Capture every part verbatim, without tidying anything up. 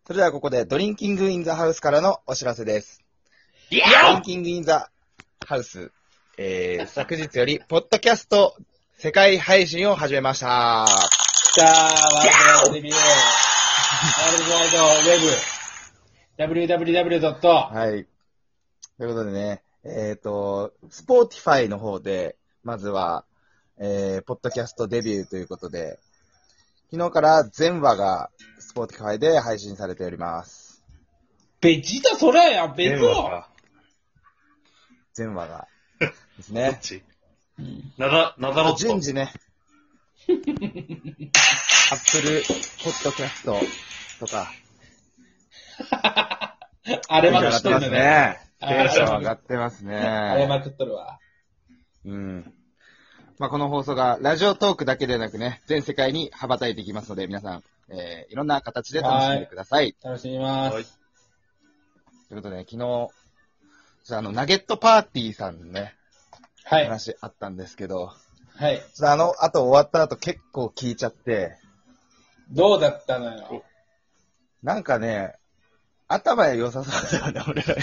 それではここでドリンキングインザハウスからのお知らせです。 いやドリンキングインザハウス、えー、昨日より、ポッドキャスト世界配信を始めました。 来たー、ワールドワイドデビュー。ワールドワイドウェブ。ダブリューダブリューダブリューはい。ということでね、えっ、ー、と、スポーティファイの方で、まずは、えー、ポッドキャストデビューということで、昨日から全話がスポーティファイで配信されております。 ベジータそれや、別の。 全話が。ですね。 どっちなだ、なだろっと。 順次ね。アップルポッドキャストとか。 あれまくっとるね。 テンション上がってますね。 あれまくっとるわ。 うん。まあ、この放送がラジオトークだけでなくね、全世界に羽ばたいていきますので、皆さん、えー、いろんな形で楽しんでください。 楽しみます。はい。 ということで、昨日、じゃあ、あの、ナゲットパーティーさんのね、はい。話あったんですけど、 はい。 ちょっとあの、後終わった後結構聞いちゃって、どうだったのよ。 なんかね、頭良さそうだよね、俺ら。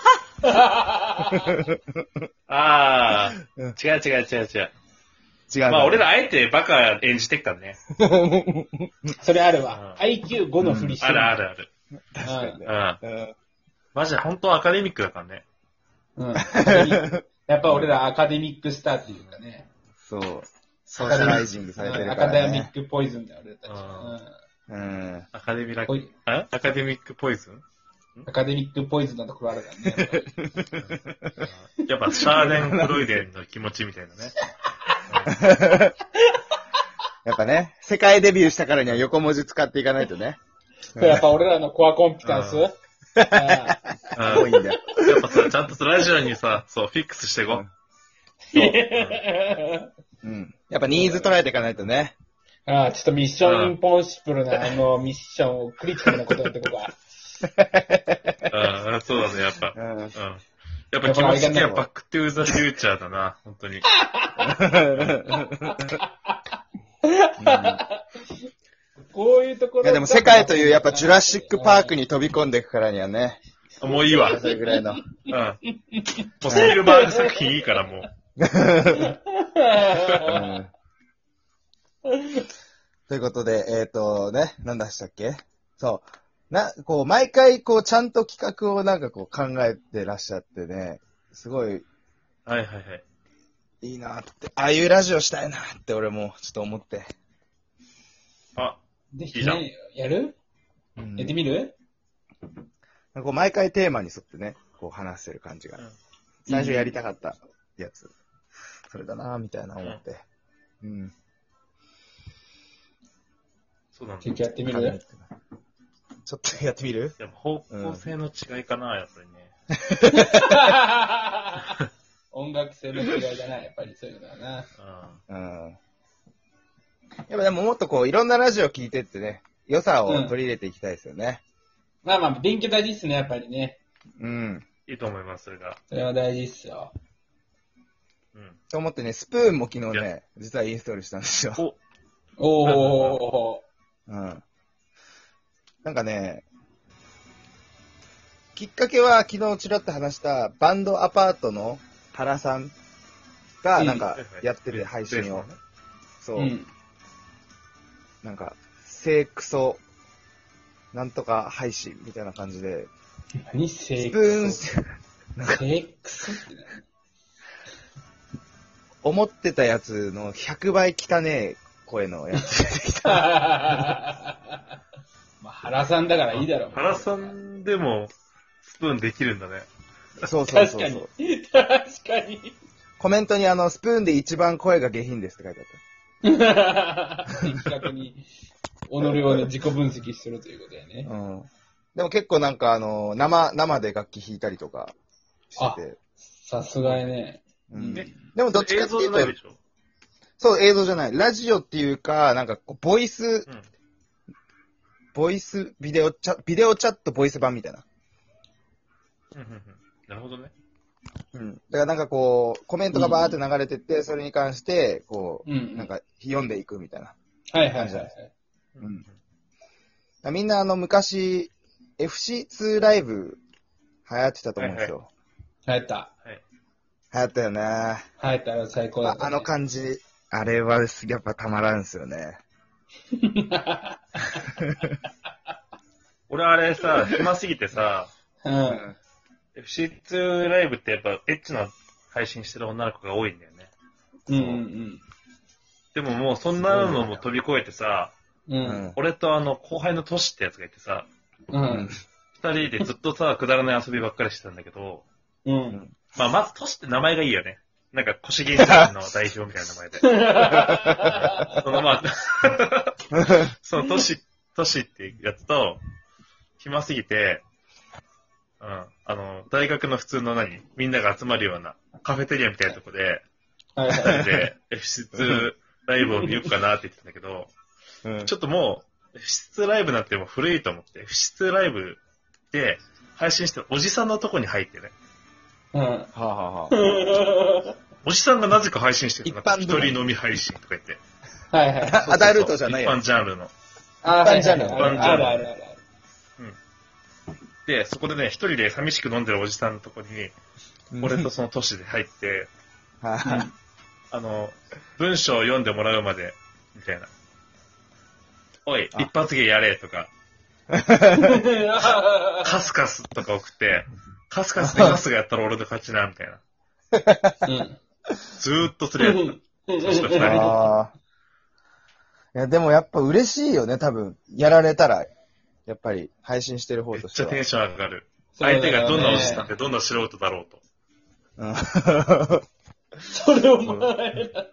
ああ、違う違う違う違う。違う。まあ、俺らあえてバカ演じてっからね。 それあるわ。うん、アイキューご のふりしてる、 うん。あるあるある。確かにね。うん。うん、マジで本当アカデミックだからね。 うん。やっぱ俺らアカデミックスターっていうかね。 そう。ソーシャライジングされてるから、ね。 アカデミックポイズンだよ、俺たち。 うん。うん。 アカデミラック、あアカデミックポイズンアカデミックポイズンなところあるからね。 やっぱシャーデン・フロイデンの気持ちみたいなね。 やっぱね、世界デビューしたからには横文字使っていかないとね。 やっぱ俺らのコアコンピタンス多いんだよ。 やっぱさ、ちゃんとラジオにさ、そう、フィックスしていこう。 そう。うん。やっぱニーズ捉えていかないとね。 ああ、ちょっとミッションインポッシブルなあのミッションをクリティカルなことやっていこうか。 ああ、そうだね、やっぱ。うん。うん、やっぱ気持ち的にはバックトゥーザフューチャーだな、本当に。 こういうところ。 いやでも世界というやっぱジュラシックパークに飛び込んでいくからにはね。 もういいわ。 それぐらいの。うん。 もうスピルバーグ作品いいからもう。 うん、ということで、えっ、ー、とね、何でしたっけ？そう。な、こう、毎回、こう、ちゃんと企画をなんかこう考えてらっしゃってね、すごい、 はいはいはい。 いいなって、ああいうラジオしたいなって俺もちょっと思って。 あ、 できねえよ。やる、うん、やってみる？ こう毎回テーマに沿ってね、こう話してる感じが。うん、最初やりたかったやつ。うん、それだなみたいな思って。うん。うん、 そうなんだ。 ちょっとやってみる？ ちょっとやってみる？ やっぱ方向性の違いかな、うん、やっぱりね。 音楽性の違いだな、やっぱりそういうのはな。 うん。やっぱでももっとこう、いろんなラジオ聞いてってね、良さを取り入れていきたいですよね。 うん、まあまあ、勉強大事っすね、やっぱりね。 うん。 いいと思います、それが。 それは大事っすよ。 うん。と思ってね、スプーンも昨日ね、実はインストールしたんですよ。 おおー。 うん。なんかね、きっかけは昨日ちらっと話したバンドアパートの原さんがなんかやってる配信を。そう。うん、なんか、セクソ、なんとか配信みたいな感じで。 何セクソ？セクソって何？ 思ってたやつのひゃくばい汚ねえ声のやつ出てきた。 まあ、原さんだからいいだろう。 原さんでもスプーンできるんだね。 そうそうそうそう。 確かに。確かに。 コメントにあの、スプーンで一番声が下品ですって書いてあった。 的確に、己をね、自己分析してるということやね。 うん。でも結構なんかあの、生、生で楽器弾いたりとかしてて。 さすがやね。 うん。でもどっちかっていうと、そう、映像じゃない。ラジオっていうか、なんかこう、ボイス、うん、ボイス、ビデオチャ、ビデオチャットボイス版みたいな。 うんうんうん。なるほどね。 うん。だからなんかこう、コメントがバーって流れてって、うん、それに関して、こう、うん、なんか読んでいくみたいな。 はいはいはい、はい。 うん。みんなあの、昔、 エフシーツー ライブ流行ってたと思うんですよ。 流行った。はい。 流行ったよね。 流行ったよ、最高だった、ねあ。あの感じ、あれはやっぱたまらんすよね。 俺あれさ、暇すぎてさ、 うん。 エフシーツー ライブってやっぱエッチな配信してる女の子が多いんだよね。 うんうんうん。 でももうそんなのも飛び越えてさ、 うん、 俺とあの後輩のトシってやつがいてさ、 うん、 二人でずっとさ、くだらない遊びばっかりしてたんだけど、 うん。 まあまずトシって名前がいいよね。なんか腰芸人の代表みたいな名前で。そのまあ、そのトシ、トシってやつと、暇すぎて、うん、あの、大学の普通の何みんなが集まるようなカフェテリアみたいなとこで、 はい二人で エフシーツー ライブを見ようかなって言ってたんだけど、うん、ちょっともう、エフシーツー ライブなんてもう古いと思って、エフシーツー ライブで配信してるおじさんのとこに入ってね。 うん。はあ、はあはあ、 おじさんがなぜか配信してるの。一般一人飲み配信とか言って。 はいはい。 アダルトじゃないよ。一般ジャンルの。 あ、一般ジャンル。 一般ジャンル。あるあるある。 うん。で、そこでね、一人で寂しく飲んでるおじさんのとこに、俺とその都市で入って、うん、あの、文章を読んでもらうまで、みたいな。おい、一発芸やれとか。カスカスとか送って、カスカスでカスがやったら俺の勝ちな、みたいな。うん、ずーっとそれやった。そして二人で。 いや、でもやっぱ嬉しいよね、多分。やられたら。やっぱり配信してる方としては。 めっちゃテンション上がる。相手がどんなおじさんでどんな素人だろうと。 うん、 それお前だ。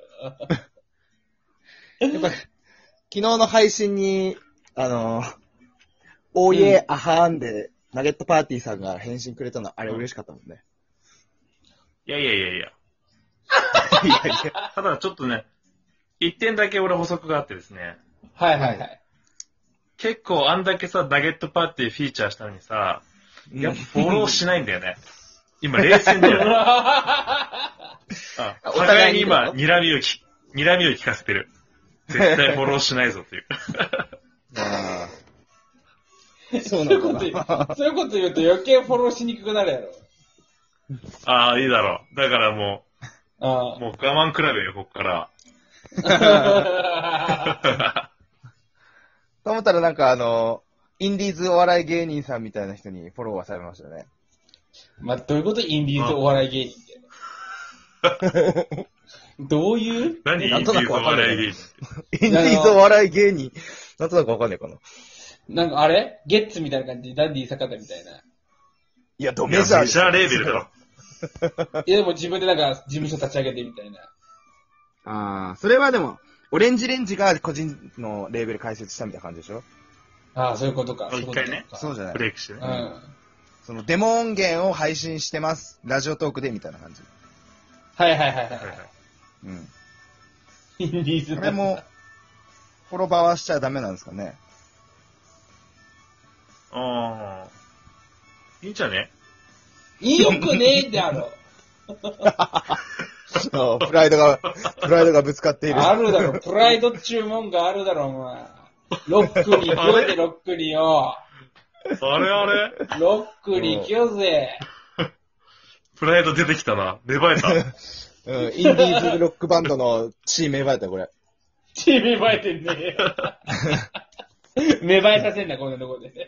やっぱ、昨日の配信に、あの、おーイエーアハーンで、ナゲットパーティーさんが返信くれたの、あれ嬉しかったもんね。 いやいやいやいや。いやいやただちょっとね、一点だけ俺補足があってですね。 はいはいはい。 結構あんだけさ、ナゲットパーティーフィーチャーしたのにさ、やっぱフォローしないんだよね。今、冷戦だよね。あ、お互いに今、睨みをき、睨みを聞かせてる。絶対フォローしないぞっていう。 ああ。 そうなのかな。そういうこと言うと余計フォローしにくくなるやろ。 ああ、いいだろう。だからもう、 あもう我慢比べよ、こっから。 と思ったらなんかあの、インディーズお笑い芸人さんみたいな人にフォローはされましたね。 まあ、どういうことインディーズお笑い芸人って。どういう何インディーズお笑い芸人インディーズお笑い芸人。なんとなくわかんないかな。 なんかあれゲッツみたいな感じでダンディー坂田みたいな。 いや、ドメジャー。 メジャーレーベルだろ。 いや、でも自分でなんか事務所立ち上げてみたいな。 ああ、それはでも、オレンジレンジが個人のレーベル開設したみたいな感じでしょ？ ああ、そういうことか。 一回ね。 そうじゃない。 ブレイクしてね。 うん。 そのデモ音源を配信してます。ラジオトークでみたいな感じ。 はいはいはいはい。 うん。 インディーズこれも、フォロバーはしちゃダメなんですかね。 ああ。いいんじゃね？ いいよくねえってある。 プライドが、プライドがぶつかっている。 あるだろ、プライドっちゅうもんがあるだろ、お前。ロックに行くよぜ、ロックによ。 あれあれロックに行くよぜ。 プライド出てきたな。芽生えた。 うん、インディーズロックバンドの地位芽生えた、これ。 地位芽生えてんね。芽生えさせんな、こんなとこで。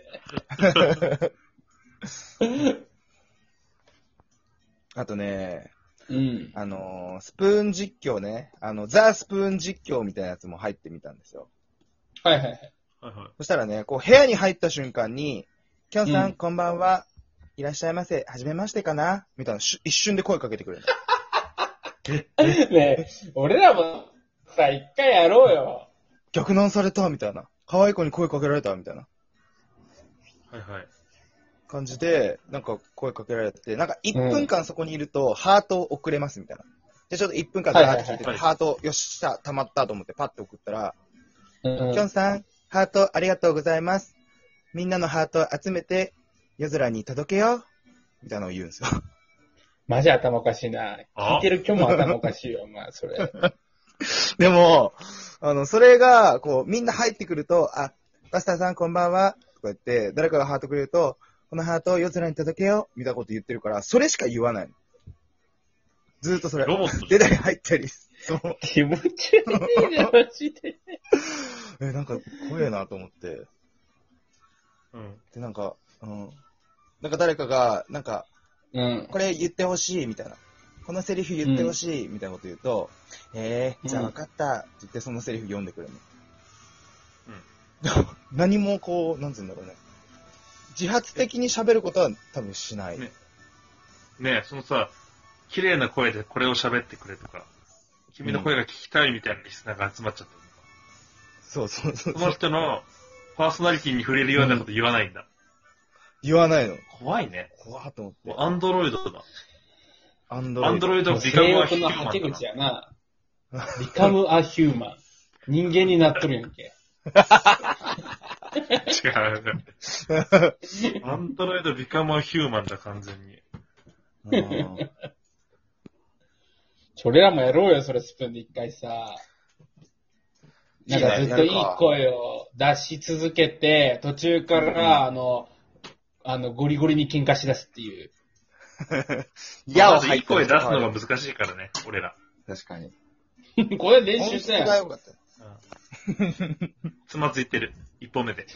あとね、 うん。 あのー、スプーン実況ね。あの、ザ・スプーン実況みたいなやつも入ってみたんですよ。 はいはいはい。 そしたらね、こう、部屋に入った瞬間に、きょんさん、うん、こんばんは。いらっしゃいませ。はじめましてかなみたいな、一瞬で声かけてくれる。 ねえ、俺らもさ、一回やろうよ。 逆難されたみたいな。可愛い子に声かけられたみたいな。 はいはい。 感じで、なんか声かけられて、なんかいっぷんかんそこにいると、ハート送れますみたいな。で、ちょっといっぷんかんザーって聞いて、ハート、よっしゃ、溜まったと思ってパッと送ったら、きょんさん、ハートありがとうございます。みんなのハート集めて、夜空に届けよう。みたいなのを言うんですよ。 マジ頭おかしいな。聞いてる今日も頭おかしいよ、お前、それ。 でも、あの、それが、こう、みんな入ってくると、あ、パスタさんこんばんは。 か言って、誰かがハートくれると、このハートを夜空に届けようみたいなこと言ってるから、それしか言わないの。ずーっとそれ。 ロボット出たり入ったり。そう。 気持ち悪いな、マジで。 え、なんか怖えなと思って。 うん。 で、なんか、うん。なんか誰かが、なんか、 うん。 これ言ってほしいみたいな。このセリフ言ってほしいみたいなこと言うと、うん、えー、じゃあ分かったって言ってそのセリフ読んでくれるの。うん。何もこう、なんつうんだろうね。自発的に喋ることは多分しない。 ね。ねえ、そのさ、綺麗な声でこれを喋ってくれとか、君の声が聞きたいみたいなリスナーが集まっちゃったのか、 うん。そうそうそう。 その人のパーソナリティに触れるようなこと言わないんだ。うん、 言わないの。 怖いね。 怖っと思って。 アンドロイドだ。 アンドロイド。 アンドロイドビカムアヒューマン。 性欲のはけ口やな。ビカムアヒューマン。人間になっとるやんけ。 違う。アンドロイドビカムアヒューマンだ、完全に。 俺らもやろうよ、それスプーンで一回さ。なんかずっといい声を出し続けて、途中から、あの、あの、ゴリゴリに喧嘩しだすっていう。 いや、いい声出すのが難しいからね、俺ら。 確かに。 これ練習したよ。 つまずいてる。一本目で。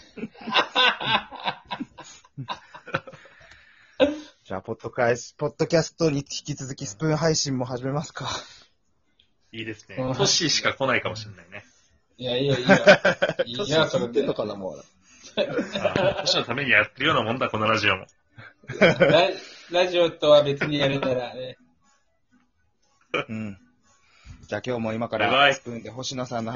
じゃあ、ポッドキャスト、ポッドキャストに引き続きスプーン配信も始めますか。 いいですね。トッシーしか来ないかもしれないね。 いや、いや、いや。 いや、いや、それってんのかな、もう。 トッシーのためにやってるようなもんだ、このラジオも。 ラ, ラジオとは別にやれたらね。 うん。じゃあ今日も今からスプーンで星野さんの